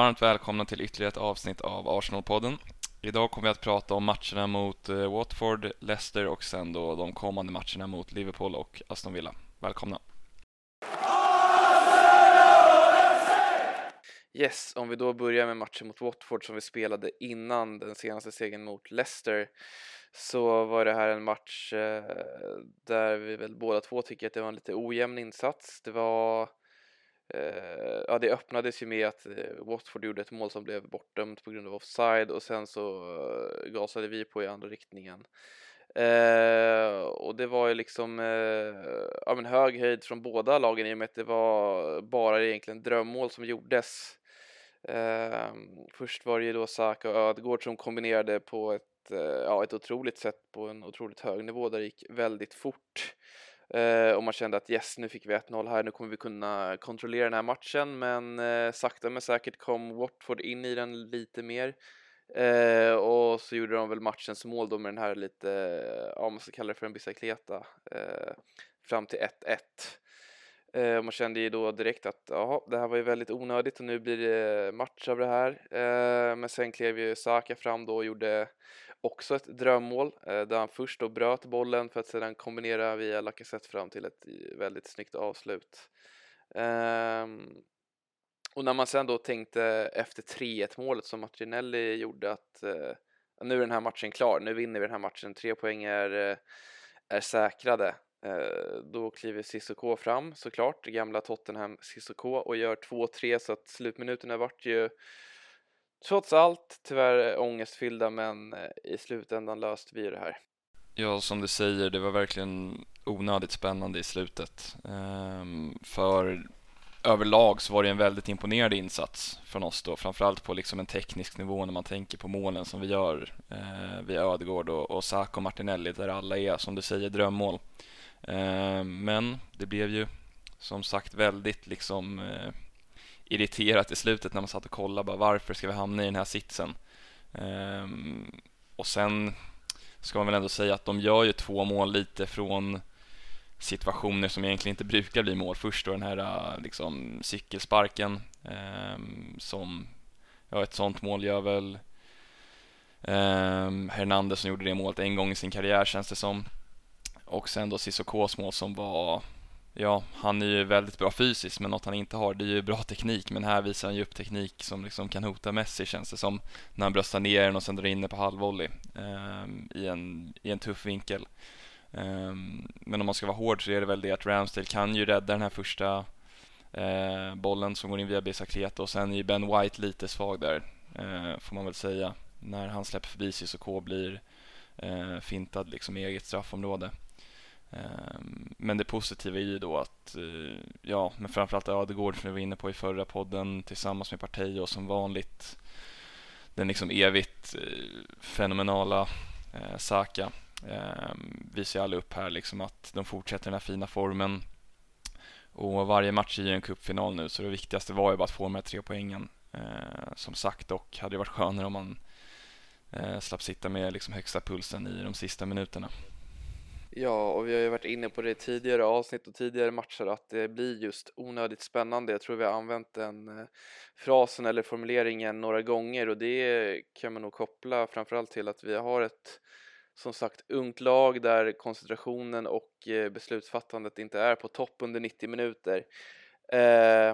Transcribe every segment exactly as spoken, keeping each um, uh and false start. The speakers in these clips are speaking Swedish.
varmt välkomna till ytterligare ett avsnitt av Arsenal-podden. Idag kommer vi att prata om matcherna mot eh, Watford, Leicester och sen då de kommande matcherna mot Liverpool och Aston Villa. Välkomna! Yes, om vi då börjar med matchen mot Watford som vi spelade innan den senaste segern mot Leicester, så var det här en match eh, där vi väl båda två tycker att det var en lite ojämn insats. Det var eh, ja, det öppnades ju med att eh, Watford gjorde ett mål som blev bortdömt på grund av offside, och sen så eh, gasade vi på i andra riktningen. Eh, och det var ju liksom eh, ja, men hög höjd från båda lagen, i och med att det var bara egentligen drömmål som gjordes. Eh, först var det ju då Saka och Ödegård som kombinerade på ett, eh, ja, ett otroligt sätt på en otroligt hög nivå där det gick väldigt fort. Eh, och man kände att yes, nu fick vi ett noll här, nu kommer vi kunna kontrollera den här matchen, men eh, sakta men säkert kom Watford in i den lite mer. Eh, och så gjorde de väl matchens mål då med den här lite, ja, man ska kalla det för en bicicleta, eh, fram till ett ett. Eh, man kände ju då direkt att ja, det här var ju väldigt onödigt och nu blir det match av det här. Eh, men sen klev ju Saka fram då och gjorde också ett drömmål, eh, där han först då bröt bollen för att sedan kombinera via Lacazette fram till ett väldigt snyggt avslut. Eh, och när man sen då tänkte efter tre ett målet som Martinelli gjorde att eh, nu är den här matchen klar, nu vinner vi den här matchen, tre poäng är, eh, är säkrade. Eh, då kliver Sissoko fram, såklart, det gamla Tottenham Sissoko, och gör två tre, så att slutminuterna vart ju trots allt tyvärr ångestfyllda, men eh, i slutändan löste vi det här. Ja, som du säger, det var verkligen onödigt spännande i slutet. Ehm, för överlag så var det en väldigt imponerande insats från oss då, framförallt på liksom en teknisk nivå när man tänker på målen som vi gör eh, via Ödegård och, och Saka och Martinelli, där alla är, som du säger, drömmål. Eh, men det blev ju som sagt väldigt liksom eh, irriterat i slutet när man satt och kollade bara, varför ska vi hamna i den här sitsen? Eh, och sen ska man väl ändå säga att de gör ju två mål lite från situationer som egentligen inte brukar bli mål. Först då den här liksom cykelsparken eh, som, ja, ett sånt mål gör väl eh, Hernandez, som gjorde det målet en gång i sin karriär, känns det som. Och sen då Sissokos mål som var, ja, han är ju väldigt bra fysiskt, men något han inte har, det är ju bra teknik, men här visar han ju upp teknik som liksom kan hota Messi, känns det som, när han bröstar ner den och sen drar in det på halvvolley eh, i, en, i en tuff vinkel. Um, men om man ska vara hård så är det väl det att Ramsdale kan ju rädda den här första uh, bollen som går in via bicicleta, och sen är ju Ben White lite svag där, uh, får man väl säga, när han släpper förbi Sissoko, blir uh, fintad liksom i eget straffområde. Um, men det positiva är ju då att uh, ja, men framförallt Ödegård, som vi var inne på i förra podden, tillsammans med Partey, och som vanligt den liksom evigt uh, fenomenala uh, Saka. Eh, vi ser alla upp här liksom att de fortsätter den här fina formen, och varje match är en cupfinal nu, så det viktigaste var ju bara att få de här tre poängen. Eh, som sagt, dock hade det varit skönare om man eh, slapp sitta med liksom högsta pulsen i de sista minuterna. Ja, och vi har ju varit inne på det i tidigare avsnitt och tidigare matcher att det blir just onödigt spännande. Jag tror vi har använt den eh, frasen eller formuleringen några gånger, och det kan man nog koppla framförallt till att vi har ett, som sagt, ungt lag där koncentrationen och eh, beslutsfattandet inte är på topp under nittio minuter. Eh,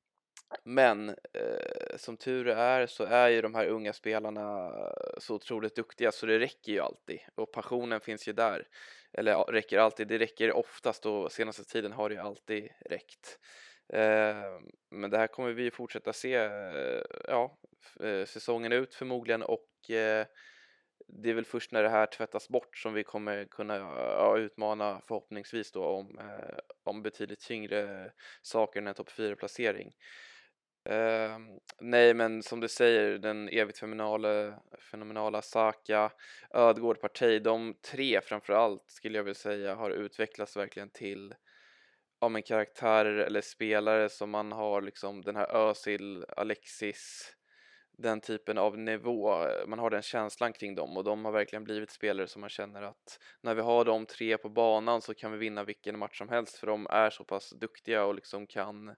men eh, som tur är så är ju de här unga spelarna så otroligt duktiga, så det räcker ju alltid, och passionen finns ju där. Eller ja, räcker alltid, det räcker oftast, och senaste tiden har det ju alltid räckt. Eh, men det här kommer vi fortsätta se eh, ja, eh, säsongen ut förmodligen, och eh, det är väl först när det här tvättas bort som vi kommer kunna ja, utmana förhoppningsvis då om, eh, om betydligt tyngre saker än en topp fyra-placering. Uh, nej, men som du säger, den evigt fenomenala, fenomenala Saka, Ödegård, Partey, de tre framförallt skulle jag vilja säga har utvecklats verkligen till ja, men karaktärer eller spelare som man har liksom den här Özil, Alexis, den typen av nivå, man har den känslan kring dem, och de har verkligen blivit spelare som man känner att när vi har de tre på banan så kan vi vinna vilken match som helst, för de är så pass duktiga och liksom kan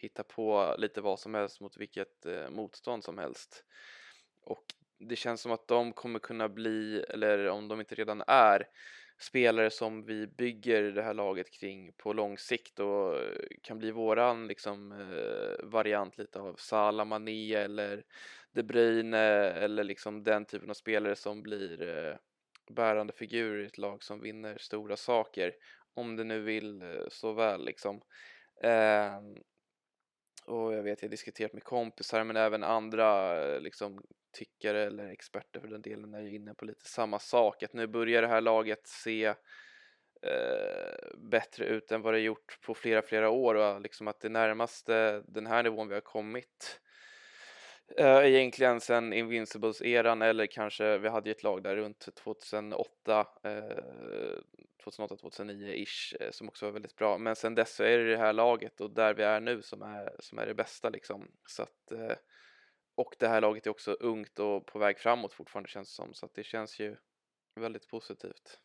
hitta på lite vad som helst mot vilket eh, motstånd som helst. Och det känns som att de kommer kunna bli, eller om de inte redan är, spelare som vi bygger det här laget kring på lång sikt och kan bli våran liksom eh, variant lite av Salah, Mané eller De Bruyne eller liksom den typen av spelare som blir eh, bärande figurer i ett lag som vinner stora saker, om det nu vill eh, så väl liksom. Eh, och jag vet, jag har diskuterat med kompisar men även andra eh, liksom tyckare eller experter för den delen är ju inne på lite samma sak, att nu börjar det här laget se eh, bättre ut än vad det gjort på flera flera år och liksom att det närmaste den här nivån vi har kommit eh, egentligen sen Invincibles-eran, eller kanske vi hade ju ett lag där runt tjugohundraåtta eh, tjugohundraåtta tjugohundranio-ish eh, som också var väldigt bra, men sen dess så är det det här laget och där vi är nu som är, som är det bästa liksom, så att eh, och det här laget är också ungt och på väg framåt fortfarande känns det som, så att det känns ju väldigt positivt.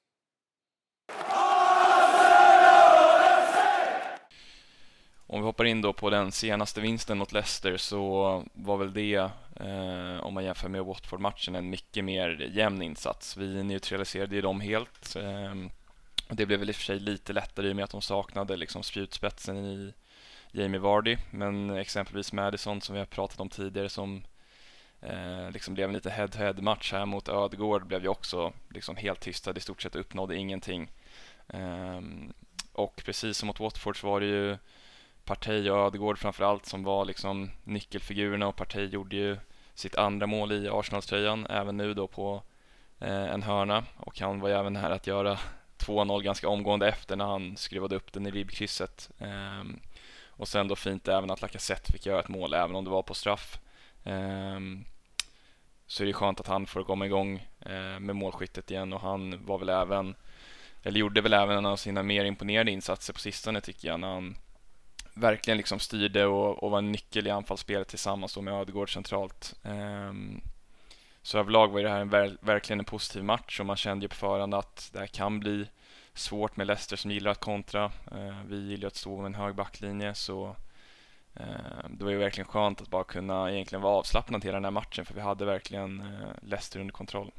Om vi hoppar in då på den senaste vinsten mot Leicester, så var väl det, eh, om man jämför med Watford-matchen, en mycket mer jämn insats. Vi neutraliserade ju dem helt. Eh, och det blev väl i och för sig lite lättare i och med att de saknade liksom spjutspetsen i Jamie Vardy. Men exempelvis Maddison, som vi har pratat om tidigare, som eh, liksom blev en lite head-to-head match här mot Ödegård, blev ju också liksom helt tystad, i stort sett uppnådde ingenting. Eh, och precis som mot Watford så var det ju Partey och Ödegård framförallt som var liksom nyckelfigurerna, och Partey gjorde ju sitt andra mål i Arsenal-tröjan även nu då på eh, en hörna, och han var ju även här att göra två noll ganska omgående efter när han skruvade upp den i ribbkrysset. Eh, och sen då fint även att Lacazette fick göra ett mål även om det var på straff. Eh, så är det skönt att han får komma igång eh, med målskyttet igen, och han var väl även, eller gjorde väl även en av sina mer imponerande insatser på sistone tycker jag, när han verkligen liksom styrde och, och var en nyckel i anfallsspelet tillsammans med Ödegård centralt. Um, så överlag var det här en ver- verkligen en positiv match, och man kände ju på förhand att det här kan bli svårt med Leicester som gillar att kontra. Uh, vi gillar att stå med en hög backlinje, så uh, det var ju verkligen skönt att bara kunna egentligen vara avslappnad hela den här matchen, för vi hade verkligen uh, Leicester under kontroll.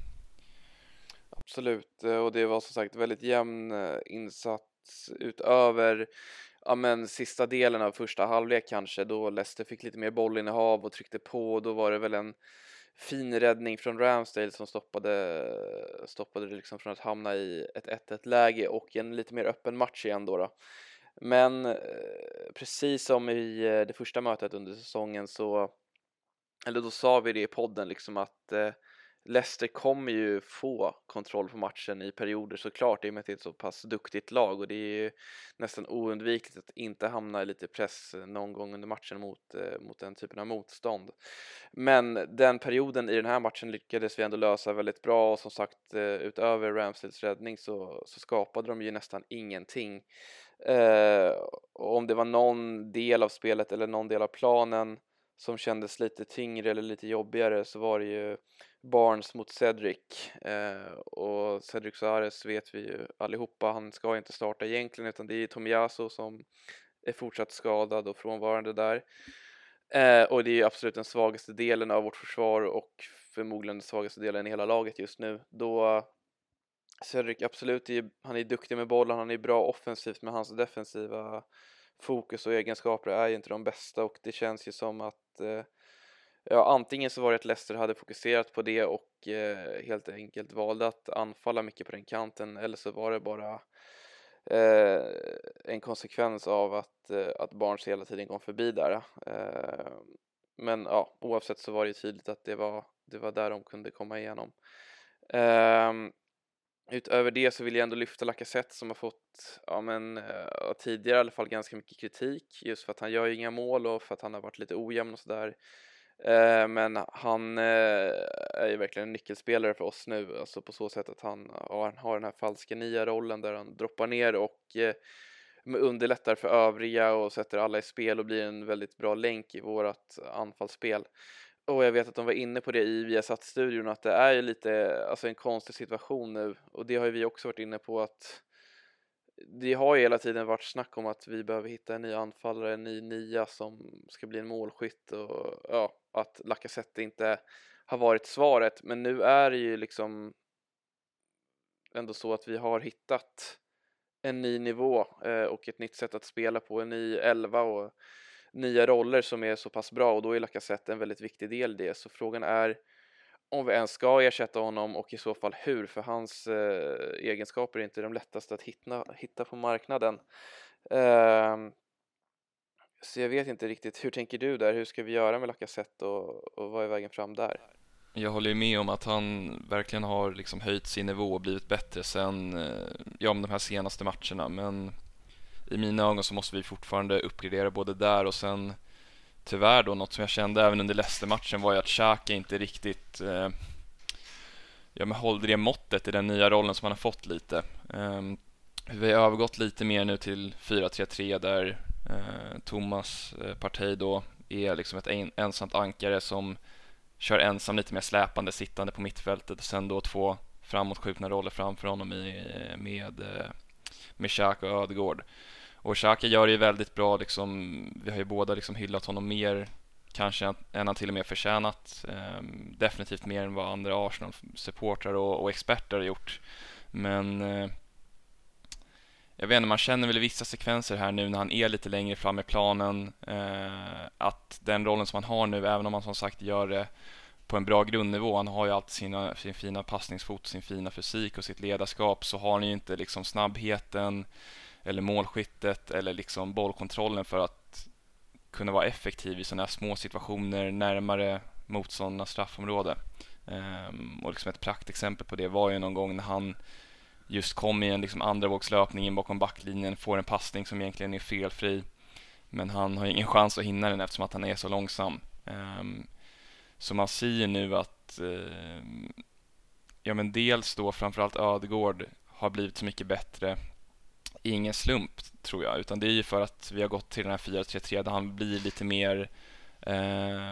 Absolut, och det var som sagt väldigt jämn insats utöver ja, men sista delen av första halvlek kanske, då Leicester fick lite mer bollinnehav och tryckte på, och då var det väl en fin räddning från Ramsdale som stoppade, stoppade det liksom från att hamna i ett ett ett läge och en lite mer öppen match igen då. då. Men eh, precis som i eh, det första mötet under säsongen så, eller då sa vi det i podden liksom att eh, Leicester kommer ju få kontroll på matchen i perioder såklart, i och med att det är ett så pass duktigt lag, och det är ju nästan oundvikligt att inte hamna i lite press någon gång under matchen mot, eh, mot den typen av motstånd. Men den perioden i den här matchen lyckades vi ändå lösa väldigt bra, och som sagt eh, utöver Ramsdales räddning så, så skapade de ju nästan ingenting. Eh, och om det var någon del av spelet eller någon del av planen som kändes lite tyngre eller lite jobbigare, så var det ju Barnes mot Cedric, eh, och Cedric Soares vet vi ju allihopa, han ska inte starta egentligen, utan det är Tomiyasu som är fortsatt skadad och frånvarande där, eh, och det är ju absolut den svagaste delen av vårt försvar och förmodligen den svagaste delen i hela laget just nu, då Cedric absolut är, han är duktig med bollen, han är bra offensivt, men hans defensiva fokus och egenskaper är ju inte de bästa, och det känns ju som att eh, ja, antingen så var det att Leicester hade fokuserat på det och eh, helt enkelt valde att anfalla mycket på den kanten, eller så var det bara eh, en konsekvens av att, eh, att Barnes hela tiden kom förbi där. Eh, men ja, oavsett så var det ju tydligt att det var, det var där de kunde komma igenom. Eh, Utöver det så vill jag ändå lyfta Lacazette som har fått ja, men, uh, tidigare i alla fall ganska mycket kritik, just för att han gör ju inga mål och för att han har varit lite ojämn och sådär. Uh, men han uh, är ju verkligen en nyckelspelare för oss nu, alltså på så sätt att han, uh, han har den här falska nya rollen där han droppar ner och uh, underlättar för övriga och sätter alla i spel och blir en väldigt bra länk i vårat anfallsspel. Och jag vet att de var inne på det i Viasat-studion, att det är ju lite alltså en konstig situation nu, och det har ju vi också varit inne på, att det har ju hela tiden varit snack om att vi behöver hitta en ny anfallare, en ny nia som ska bli en målskytt och ja, att Lacazette inte har varit svaret. Men nu är det ju liksom ändå så att vi har hittat en ny nivå eh, och ett nytt sätt att spela på, en ny elva och nya roller som är så pass bra, och då är Lacazette en väldigt viktig del i det. Så frågan är om vi ens ska ersätta honom och i så fall hur, för hans eh, egenskaper är inte de lättaste att hitta, hitta på marknaden. Eh, så jag vet inte riktigt, hur tänker du där? Hur ska vi göra med Lacazette och, och vad är vägen fram där? Jag håller ju med om att han verkligen har liksom höjt sin nivå och blivit bättre sen eh, ja, de här senaste matcherna, men i mina ögon så måste vi fortfarande uppgradera både där och sen tyvärr då, något som jag kände även under Leicester-matchen var ju att Xhaka inte riktigt eh, ja, men håller det måttet i den nya rollen som han har fått lite. Eh, vi har övergått lite mer nu till fyra tre tre där eh, Thomas eh, Partey då är liksom ett en, ensamt ankare som kör ensam lite mer släpande sittande på mittfältet och sen då två framåtskjutna roller framför honom i, med, med Xhaka och Ödegaard. Och Xhaka gör det ju väldigt bra, liksom, vi har ju båda liksom hyllat honom mer kanske än han till och med förtjänat. Ehm, definitivt mer än vad andra Arsenal-supportrar och, och experter har gjort. Men eh, jag vet inte, man känner väl i vissa sekvenser här nu när han är lite längre fram i planen eh, att den rollen som han har nu, även om han som sagt gör det på en bra grundnivå, han har ju alltid sina, sin fina passningsfot, sin fina fysik och sitt ledarskap, så har han ju inte liksom snabbheten eller målskyttet eller liksom bollkontrollen för att kunna vara effektiv i sådana här små situationer närmare motståndarnas straffområde. Um, och liksom ett praktexempel på det var ju någon gång när han just kom i en liksom andra vågslöpning in bakom backlinjen, får en passning som egentligen är felfri, men han har ingen chans att hinna den eftersom att han är så långsam. Um, så man ser ju nu att uh, ja men dels då framförallt Ödegaard har blivit så mycket bättre. Ingen slump tror jag, utan det är ju för att vi har gått till den här fyra tre tre där han blir lite mer eh,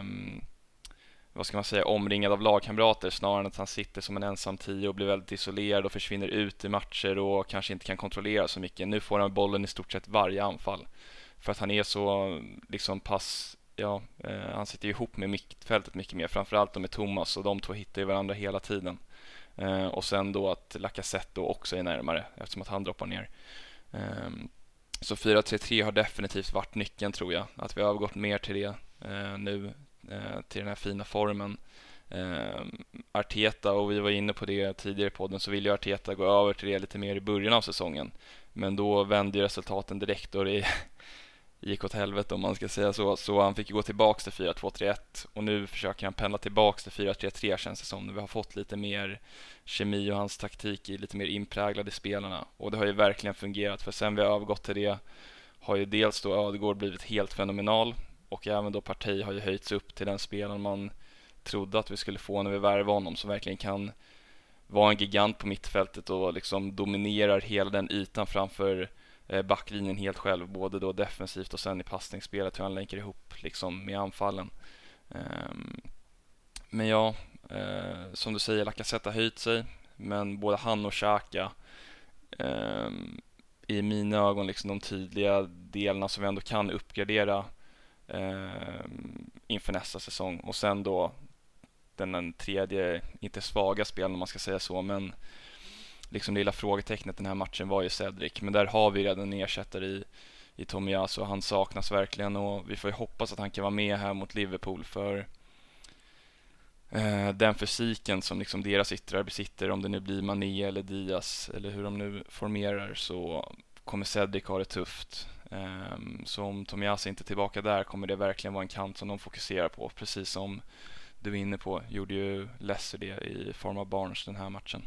vad ska man säga, omringad av lagkamrater snarare än att han sitter som en ensam tio och blir väldigt isolerad och försvinner ut i matcher och kanske inte kan kontrollera så mycket. Nu får han bollen i stort sett varje anfall för att han är så liksom pass, ja, eh, han sitter ju ihop med mittfältet mycket mer, framförallt med Thomas, och de två hittar ju varandra hela tiden. Eh, och sen då att Lacazette då också är närmare eftersom att han droppar ner. Um, så fyra tre tre har definitivt varit nyckeln tror jag, att vi har övergått mer till det uh, nu uh, till den här fina formen. uh, Arteta, och vi var inne på det tidigare i podden, så vill ju Arteta gå över till det lite mer i början av säsongen, men då vände ju resultaten direkt och det gick åt helvete om man ska säga så, så han fick gå tillbaks till fyra två tre ett och nu försöker han pendla tillbaks till fyra tre tre, känns det som. Vi har fått lite mer kemi och hans taktik är lite mer inpräglad i spelarna, och det har ju verkligen fungerat, för sen vi har övergått till det har ju dels då Ödegaard blivit helt fenomenal, och även då Partey har ju höjts upp till den spelaren man trodde att vi skulle få när vi värvade honom, som verkligen kan vara en gigant på mittfältet och liksom dominerar hela den ytan framför backlinjen helt själv, både då defensivt och sen i passningsspelet, hur han länkar ihop liksom med anfallen. Um, men ja, uh, som du säger, Lacazette har höjt sig, men både han och Xhaka um, i mina ögon liksom de tydliga delarna som vi ändå kan uppgradera um, inför nästa säsong. Och sen då den, den tredje, inte svaga spelen om man ska säga så, men liksom lilla frågetecknet den här matchen var ju Cedric, men där har vi redan en ersättare i, i Tomiyasu, och han saknas verkligen, och vi får ju hoppas att han kan vara med här mot Liverpool, för eh, den fysiken som liksom deras yttrar besitter, om det nu blir Mané eller Diaz eller hur de nu formerar, så kommer Cedric ha det tufft. Eh, så om Tomiyasu inte är tillbaka där kommer det verkligen vara en kant som de fokuserar på, precis som du är inne på, gjorde ju Leicester det i form av Barnes den här matchen.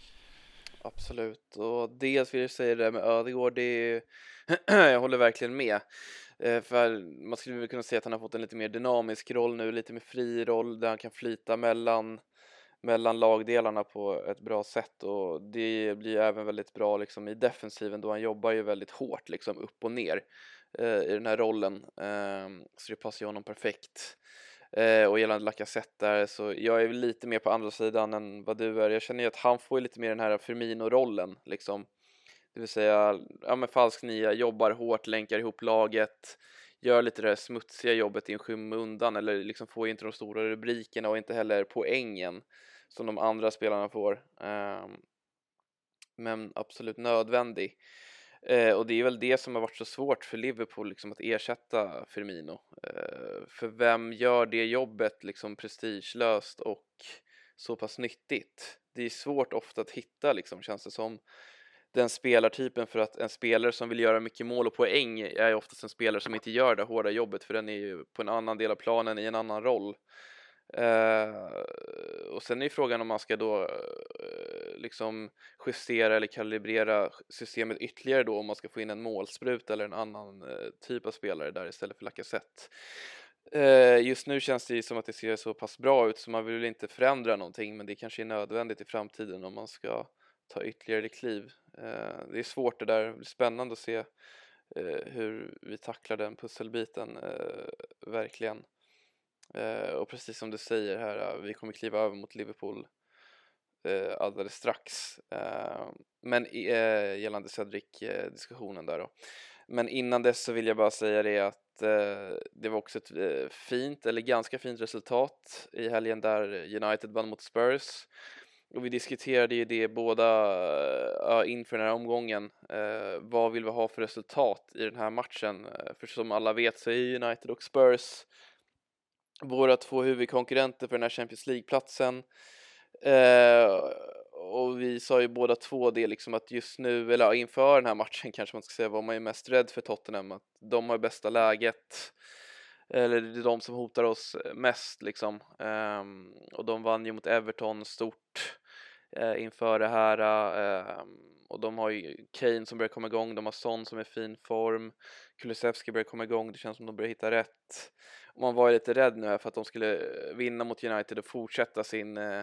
Absolut, och dels vill jag säga det där med Ödegaard, det är ju jag håller verkligen med, eh, för man skulle väl kunna säga att han har fått en lite mer dynamisk roll nu, lite mer fri roll där han kan flyta mellan, mellan lagdelarna på ett bra sätt, och det blir även väldigt bra liksom i defensiven, då han jobbar ju väldigt hårt liksom upp och ner eh, i den här rollen, eh, så det passar ju honom perfekt. Eh, och gällande Lacazette där, så jag är lite mer på andra sidan än vad du är. Jag känner ju att han får lite mer den här Firmino-rollen liksom. Det vill säga, ja men falsk nia, jobbar hårt, länkar ihop laget, gör lite det här smutsiga jobbet i en skymundan, eller liksom får inte de stora rubrikerna och inte heller poängen som de andra spelarna får. Um, men absolut nödvändig. Eh, och det är väl det som har varit så svårt för Liverpool, liksom, att ersätta Firmino. Eh, för vem gör det jobbet liksom prestigelöst och så pass nyttigt? Det är svårt ofta att hitta, liksom, känns det som, den spelartypen, för att en spelare som vill göra mycket mål och poäng är oftast en spelare som inte gör det hårda jobbet, för den är ju på en annan del av planen i en annan roll. Uh, och sen är ju frågan om man ska då uh, liksom justera eller kalibrera systemet ytterligare då, om man ska få in en målsprut eller en annan uh, typ av spelare där istället för Lacazette. Uh, just nu känns det ju som att det ser så pass bra ut, så man vill inte förändra någonting, men det kanske är nödvändigt i framtiden om man ska ta ytterligare kliv. Uh, det är svårt det där, det är spännande att se uh, hur vi tacklar den pusselbiten, uh, verkligen. Uh, och precis som du säger här, uh, vi kommer kliva över mot Liverpool uh, alldeles strax. Uh, men uh, gällande Cedric-diskussionen där då. Men innan dess så vill jag bara säga det att uh, det var också ett uh, fint, eller ganska fint resultat i helgen där United vann mot Spurs. Och vi diskuterade ju det båda uh, inför den här omgången. Uh, vad vill vi ha för resultat i den här matchen? Uh, för som alla vet så är United och Spurs våra två huvudkonkurrenter för den här Champions League-platsen. Eh, och vi sa ju båda två det, liksom, att just nu, eller inför den här matchen kanske man ska säga, var man ju mest rädd för Tottenham. Att de har bästa läget, eller det är de som hotar oss mest, liksom. Eh, och de vann ju mot Everton stort eh, inför det här. Eh, och de har ju Kane som börjar komma igång, de har Son som är i fin form, Kulusevski börjar komma igång, det känns som de börjar hitta rätt. Och man var ju lite rädd nu här för att de skulle vinna mot United och fortsätta sin eh,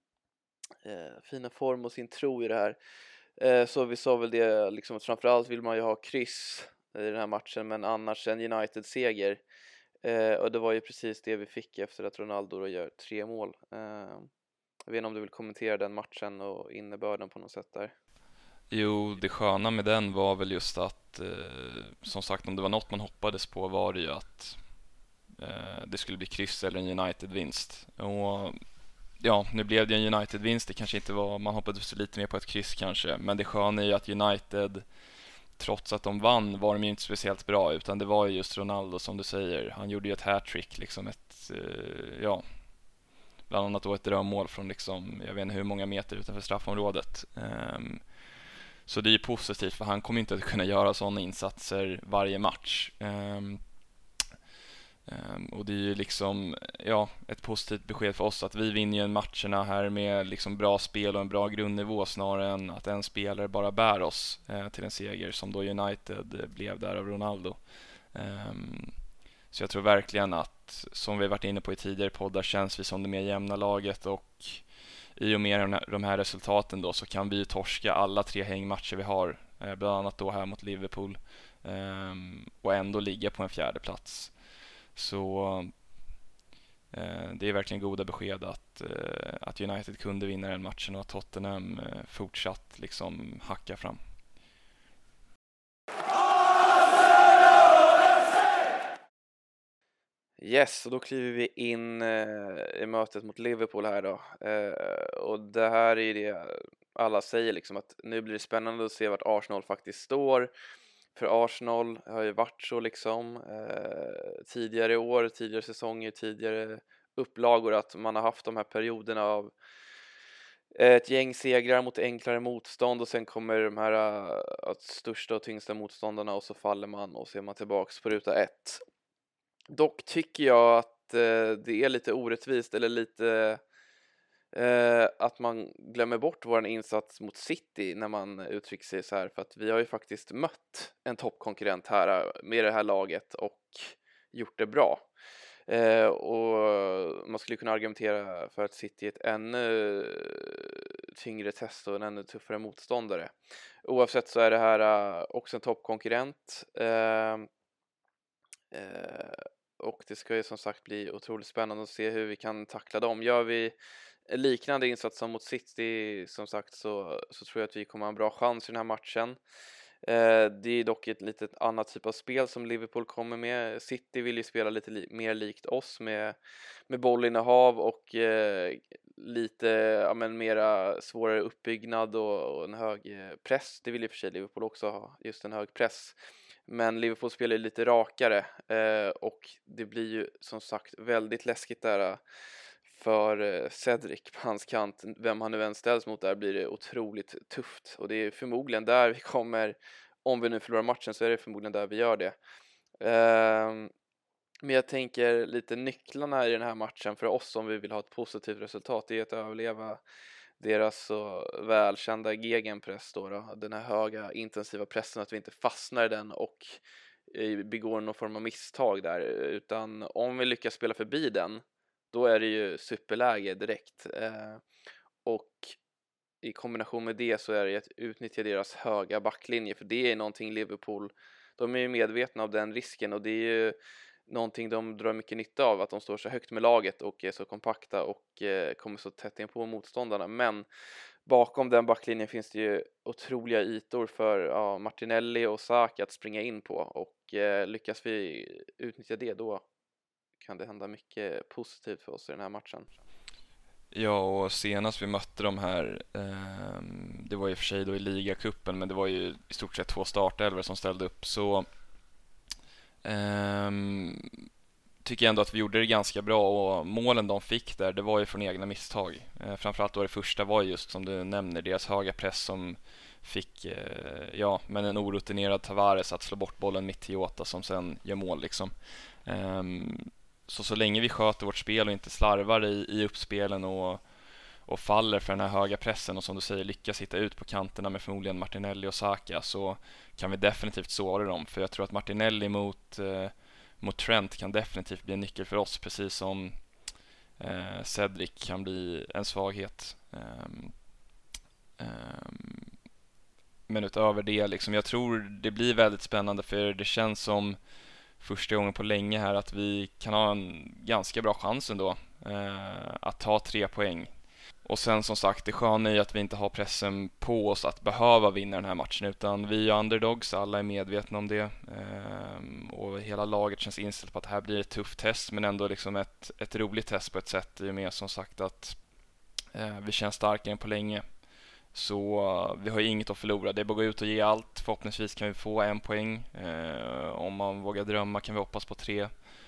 eh, fina form och sin tro i det här. Eh, så vi sa väl det, liksom, att framförallt vill man ju ha kryss i den här matchen, men annars en United-seger. Eh, och det var ju precis det vi fick efter att Ronaldo då gör tre mål. Eh, jag vet inte om du vill kommentera den matchen och innebörden på något sätt där. Jo, det sköna med den var väl just att, eh, som sagt, om det var något man hoppades på var det ju att eh, det skulle bli kryss eller en United-vinst. Och ja, nu blev det en United-vinst. Det kanske inte var, man hoppades lite mer på ett kryss kanske, men det sköna är ju att United, trots att de vann, var de ju inte speciellt bra, utan det var ju just Ronaldo som du säger. Han gjorde ju ett hattrick, liksom ett, eh, ja, bland annat då ett drömmål från, liksom, jag vet inte hur många meter utanför straffområdet. Um, så det är ju positivt, för han kommer inte att kunna göra sådana insatser varje match. Um, um, och det är ju liksom, ja, ett positivt besked för oss att vi vinner ju matcherna här med liksom bra spel och en bra grundnivå, snarare än att en spelare bara bär oss uh, till en seger som då United blev där av Ronaldo. Um, så jag tror verkligen att, som vi varit inne på i tidigare poddar, känns vi som det mer jämna laget, och i och med de här resultaten då så kan vi ju torska alla tre hängmatcher vi har, bland annat då här mot Liverpool, och ändå ligga på en fjärde plats. Så det är verkligen goda besked att, att United kunde vinna den matchen och att Tottenham fortsatt liksom hacka fram. Yes, och då kliver vi in eh, i mötet mot Liverpool här då. Eh, och det här är det alla säger, liksom, att nu blir det spännande att se vart Arsenal faktiskt står. För Arsenal har ju varit så, liksom, eh, tidigare år, tidigare säsonger, tidigare upplagor, att man har haft de här perioderna av ett gäng segrar mot enklare motstånd, och sen kommer de här uh, största och tyngsta motståndarna, och så faller man och så är man tillbaks på ruta ett. Dock tycker jag att eh, det är lite orättvist, eller lite eh, att man glömmer bort vår insats mot City när man uttrycker sig så här, för att vi har ju faktiskt mött en toppkonkurrent här med det här laget och gjort det bra. Eh, och man skulle kunna argumentera för att City är ett ännu tyngre test och en ännu tuffare motståndare. Oavsett så är det här uh, också en toppkonkurrent. Eh, eh, och det ska ju som sagt bli otroligt spännande att se hur vi kan tackla dem. Gör vi en liknande insats som mot City, som sagt, så, så tror jag att vi kommer ha en bra chans i den här matchen. Eh, det är dock ett litet annat typ av spel som Liverpool kommer med. City vill ju spela lite li- mer likt oss med, med bollinnehav och eh, lite ja, men mera svårare uppbyggnad och, och en hög eh, press. Det vill ju för sig Liverpool också ha, just en hög press. Men Liverpool spelar ju lite rakare eh, och det blir ju som sagt väldigt läskigt där eh, för eh, Cedric på hans kant. Vem han nu än ställs mot där blir det otroligt tufft och det är förmodligen där vi kommer, om vi nu förlorar matchen så är det förmodligen där vi gör det. Ehm, men jag tänker lite nycklarna i den här matchen för oss om vi vill ha ett positivt resultat, det är att överleva deras så välkända gegenpress då, då, den här höga intensiva pressen, att vi inte fastnar i den och eh, begår någon form av misstag där, utan om vi lyckas spela förbi den, då är det ju superläge direkt. Eh, och i kombination med det så är det att utnyttja deras höga backlinje, för det är någonting Liverpool, de är ju medvetna av den risken och det är ju någonting de drar mycket nytta av, att de står så högt med laget och är så kompakta och eh, kommer så tätt in på motståndarna. Men bakom den backlinjen finns det ju otroliga ytor för ja, Martinelli och Saka att springa in på och eh, lyckas vi utnyttja det, då kan det hända mycket positivt för oss i den här matchen. Ja, och senast vi mötte de här, eh, det var ju för sig då i ligacupen, men det var ju i stort sett två startelvor som ställde upp, så eh, tycker jag ändå att vi gjorde det ganska bra, och målen de fick där, det var ju från egna misstag. Eh, framförallt då det första var just som du nämner, deras höga press som fick, eh, ja, men en orutinerad Tavares att slå bort bollen mitt till Jota som sen gör mål liksom. Eh, så så länge vi sköter vårt spel och inte slarvar i, i uppspelen och, och faller för den här höga pressen och som du säger lyckas hitta ut på kanterna med förmodligen Martinelli och Saka, så kan vi definitivt såra dem. För jag tror att Martinelli mot, eh, mot Trent kan definitivt bli en nyckel för oss, precis som eh, Cedric kan bli en svaghet. Um, um, men utöver det, liksom, jag tror det blir väldigt spännande, för det känns som första gången på länge här att vi kan ha en ganska bra chans ändå eh, att ta tre poäng. Och sen som sagt, det sköna är att vi inte har pressen på oss att behöva vinna den här matchen, utan vi är underdogs, alla är medvetna om det eh, och hela laget känns inställt på att det här blir ett tufft test, men ändå liksom ett, ett roligt test på ett sätt, i och med som sagt att eh, vi känns starkare än på länge. Så uh, vi har ju inget att förlora. Det är bara att gå ut och ge allt. Förhoppningsvis kan vi få en poäng. Eh, om man vågar drömma kan vi hoppas på tre.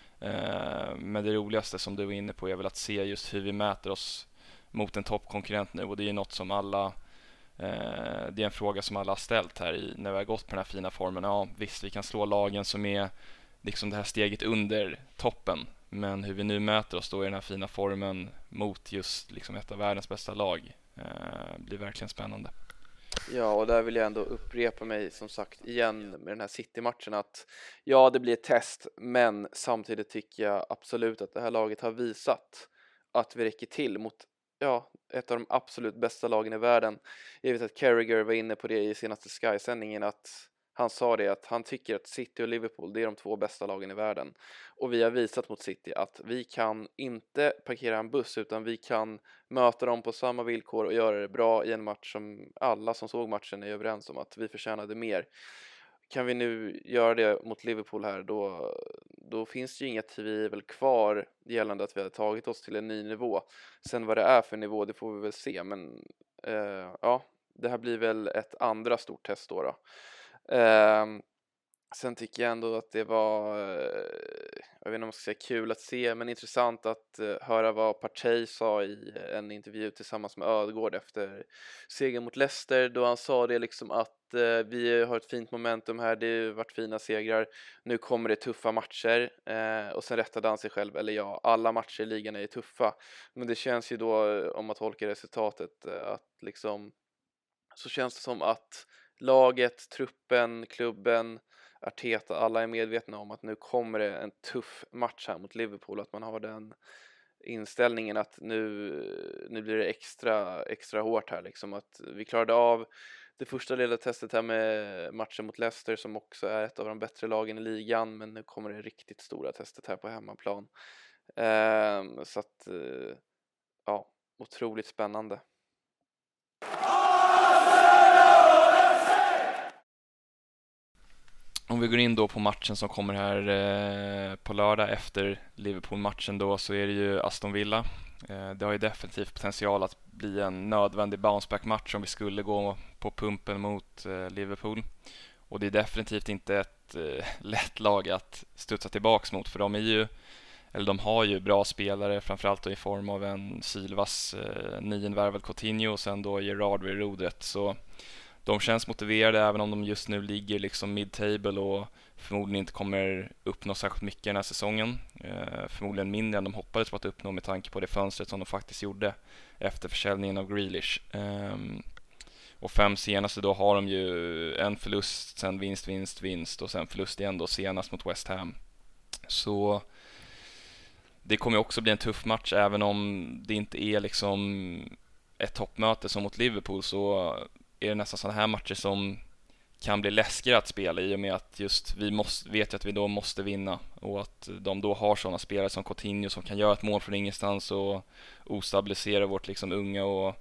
Eh, men det roligaste som du var inne på är väl att se just hur vi mäter oss mot en toppkonkurrent nu. Och det är något som alla, eh, det är en fråga som alla har ställt här i, när vi har gått på den här fina formen. Ja, visst, vi kan slå lagen som är liksom det här steget under toppen. Men hur vi nu mäter oss då i den här fina formen mot just liksom ett av världens bästa lag eh, blir verkligen spännande. Ja, och där vill jag ändå upprepa mig som sagt igen med den här City-matchen, att ja, det blir ett test, men samtidigt tycker jag absolut att det här laget har visat att vi räcker till mot ja, ett av de absolut bästa lagen i världen. Jag vet att Carragher var inne på det i senaste Sky-sändningen, att han sa det, att han tycker att City och Liverpool, det är de två bästa lagen i världen. Och vi har visat mot City att vi kan inte parkera en buss, utan vi kan möta dem på samma villkor och göra det bra i en match som alla som såg matchen är överens om att vi förtjänade mer. Kan vi nu göra det mot Liverpool här, då, då finns det ju inga tvivel kvar gällande att vi har tagit oss till en ny nivå. Sen vad det är för nivå, det får vi väl se, men eh, ja, det här blir väl ett andra stort test då. då. Eh, sen tycker jag ändå att det var, eh, jag vet inte om man ska säga kul att se, men intressant att eh, höra vad Partey sa i en intervju tillsammans med Ödegård efter segern mot Leicester, då han sa det liksom att eh, vi har ett fint momentum här, det har varit fina segrar, nu kommer det tuffa matcher, eh, och sen rättade han sig själv, eller ja, alla matcher i ligan är tuffa, men det känns ju då, om man tolkar resultatet, eh, att liksom, så känns det som att laget, truppen, klubben, Arteta, alla är medvetna om att nu kommer det en tuff match här mot Liverpool, att man har den inställningen att nu, nu blir det extra, extra hårt här liksom, att vi klarade av det första lilla testet här med matchen mot Leicester som också är ett av de bättre lagen i ligan, men nu kommer det riktigt stora testet här på hemmaplan. Ehm, så att ja, otroligt spännande. Om vi går in då på matchen som kommer här eh, på lördag efter Liverpool-matchen då, så är det ju Aston Villa. Eh, det har ju definitivt potential att bli en nödvändig bounceback-match om vi skulle gå på pumpen mot eh, Liverpool. Och det är definitivt inte ett eh, lätt lag att studsa tillbaks mot, för de är ju, eller de har ju bra spelare, framförallt då i form av en Silvas eh, nyinvärvad Coutinho och sen då Gerrard vid rodret. Så de känns motiverade även om de just nu ligger liksom mid-table och förmodligen inte kommer uppnå särskilt mycket den här säsongen. Eh, förmodligen mindre än de hoppades på att uppnå med tanke på det fönstret som de faktiskt gjorde efter försäljningen av Grealish. Eh, och fem senaste då har de ju en förlust, sen vinst, vinst, vinst och sen förlust igen då senast mot West Ham. Så det kommer också bli en tuff match, även om det inte är liksom ett toppmöte som mot Liverpool, så är det nästan sådana här matcher som kan bli läskigare att spela i och med att just vi måste, vet ju att vi då måste vinna och att de då har sådana spelare som Coutinho som kan göra ett mål från ingenstans och ostabilisera vårt liksom unga och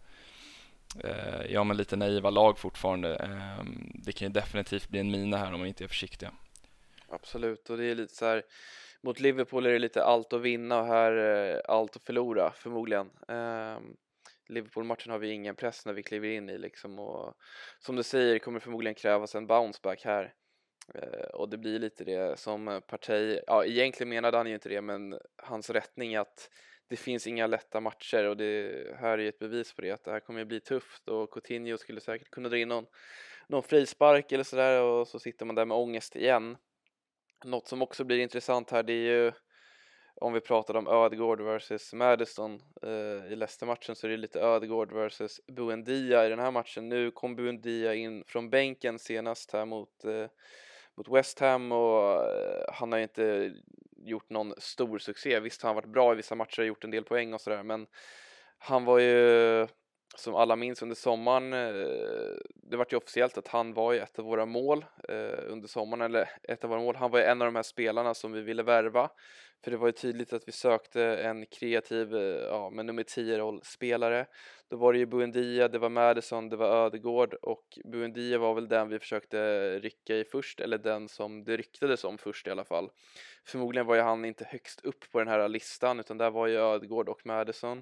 eh, ja men lite naiva lag fortfarande. Eh, det kan ju definitivt bli en mina här om man inte är försiktiga. Absolut, och det är lite så här, mot Liverpool är det lite allt att vinna och här eh, allt att förlora förmodligen. Eh, Liverpool-matchen har vi ingen press när vi kliver in i liksom, och som du säger kommer förmodligen krävas en bounceback här. Eh, och det blir lite det som Partey, ja egentligen menade han ju inte det, men hans rättning att det finns inga lätta matcher och det här är ju ett bevis på det, att det här kommer att bli tufft och Coutinho skulle säkert kunna dra in någon, någon frispark eller sådär och så sitter man där med ångest igen. Något som också blir intressant här, det är ju om vi pratade om Ödegaard versus Maddison eh, i Leicester-matchen, så är det lite Ödegaard versus Buendia i den här matchen. Nu kom Buendia in från bänken senast här mot, eh, mot West Ham och eh, han har ju inte gjort någon stor succé. Visst har han varit bra i vissa matcher och gjort en del poäng och sådär, men han var ju, som alla minns under sommaren, eh, det var ju officiellt att han var ju ett av våra mål eh, under sommaren, eller ett av våra mål. Han var ju en av de här spelarna som vi ville värva, för det var ju tydligt att vi sökte en kreativ, eh, ja, med nummer tio-roll spelare. Då var det ju Buendia, det var Maddison, det var Ödegaard, och Buendia var väl den vi försökte rycka i först, eller den som det ryktades om först i alla fall. Förmodligen var ju han inte högst upp på den här listan, utan där var ju Ödegaard och Maddison.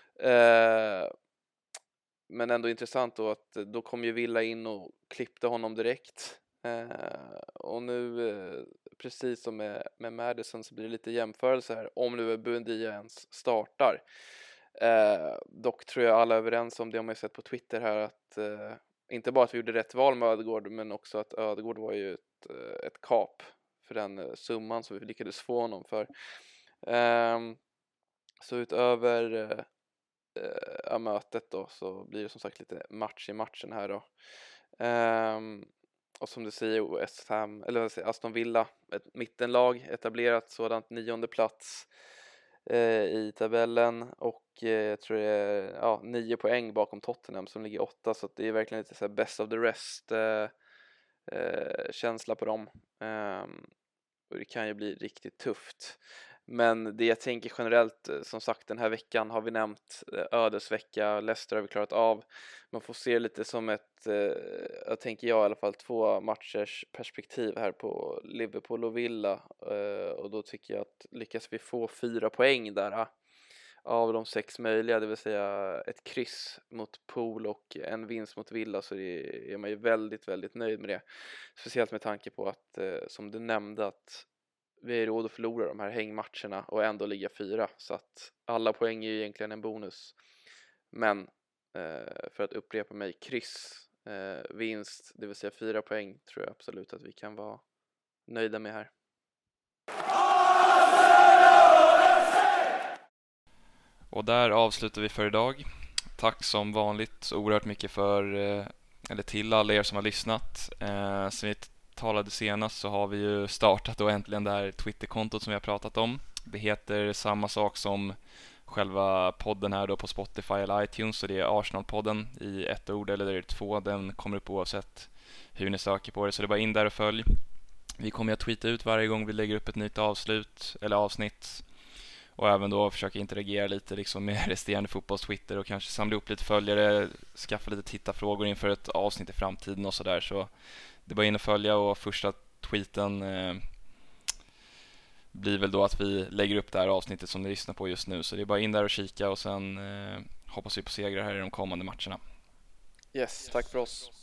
Eh, Men ändå intressant då att då kom ju Villa in och klippte honom direkt. Eh, och nu, eh, precis som med, med Maddison, så blir det lite jämförelse här. Om nu Buendia ens startar. Eh, dock tror jag alla är överens om det, om jag sett på Twitter här, att eh, inte bara att vi gjorde rätt val med Ödegaard, men också att Ödegaard var ju ett, ett kap för den summan som vi lyckades få honom för. Eh, så utöver... Eh, Äh, mötet då, så blir det som sagt lite match i matchen här då. Um, och som du säger, West Ham, eller vad säger, Aston Villa, ett mittenlag, etablerat sådant, nionde plats eh, i tabellen, och eh, jag tror det är ja, nio poäng bakom Tottenham som ligger åtta, så att det är verkligen lite så här best of the rest eh, eh, känsla på dem. Um, och det kan ju bli riktigt tufft. Men det jag tänker generellt, som sagt, den här veckan har vi nämnt ödesvecka, Leicester har vi klarat av. Man får se lite som ett, jag tänker jag i alla fall, två matchers perspektiv här på Liverpool och Villa. Och då tycker jag att lyckas vi få fyra poäng där av de sex möjliga, det vill säga ett kryss mot Pool och en vinst mot Villa, så är man ju väldigt, väldigt nöjd med det. Speciellt med tanke på att, som du nämnde, att vi är råd att förlora de här hängmatcherna och ändå ligga fyra, så att alla poäng är ju egentligen en bonus. Men eh, för att upprepa mig, kryss, eh, vinst, det vill säga fyra poäng, tror jag absolut att vi kan vara nöjda med här. Och där avslutar vi för idag. Tack som vanligt så oerhört mycket för, eller till alla er som har lyssnat. Eh, så vi talade senast så har vi ju startat då äntligen det här Twitter-kontot som vi har pratat om. Det heter samma sak som själva podden här då på Spotify eller iTunes, så det är Arsenal-podden i ett ord, eller det är två. Den kommer upp oavsett hur ni söker på det, så det är bara in där och följ. Vi kommer att tweeta ut varje gång vi lägger upp ett nytt avslut eller avsnitt. och även då försöka interagera lite liksom med resterande fotbolls-Twitter och kanske samla upp lite följare, skaffa lite tittarfrågor inför ett avsnitt i framtiden och sådär. Så det är bara in och följa, och första tweeten eh, blir väl då att vi lägger upp det här avsnittet som ni lyssnar på just nu. Så det är bara in där och kika, och sen eh, hoppas vi på segrar här i de kommande matcherna. Yes, tack för oss.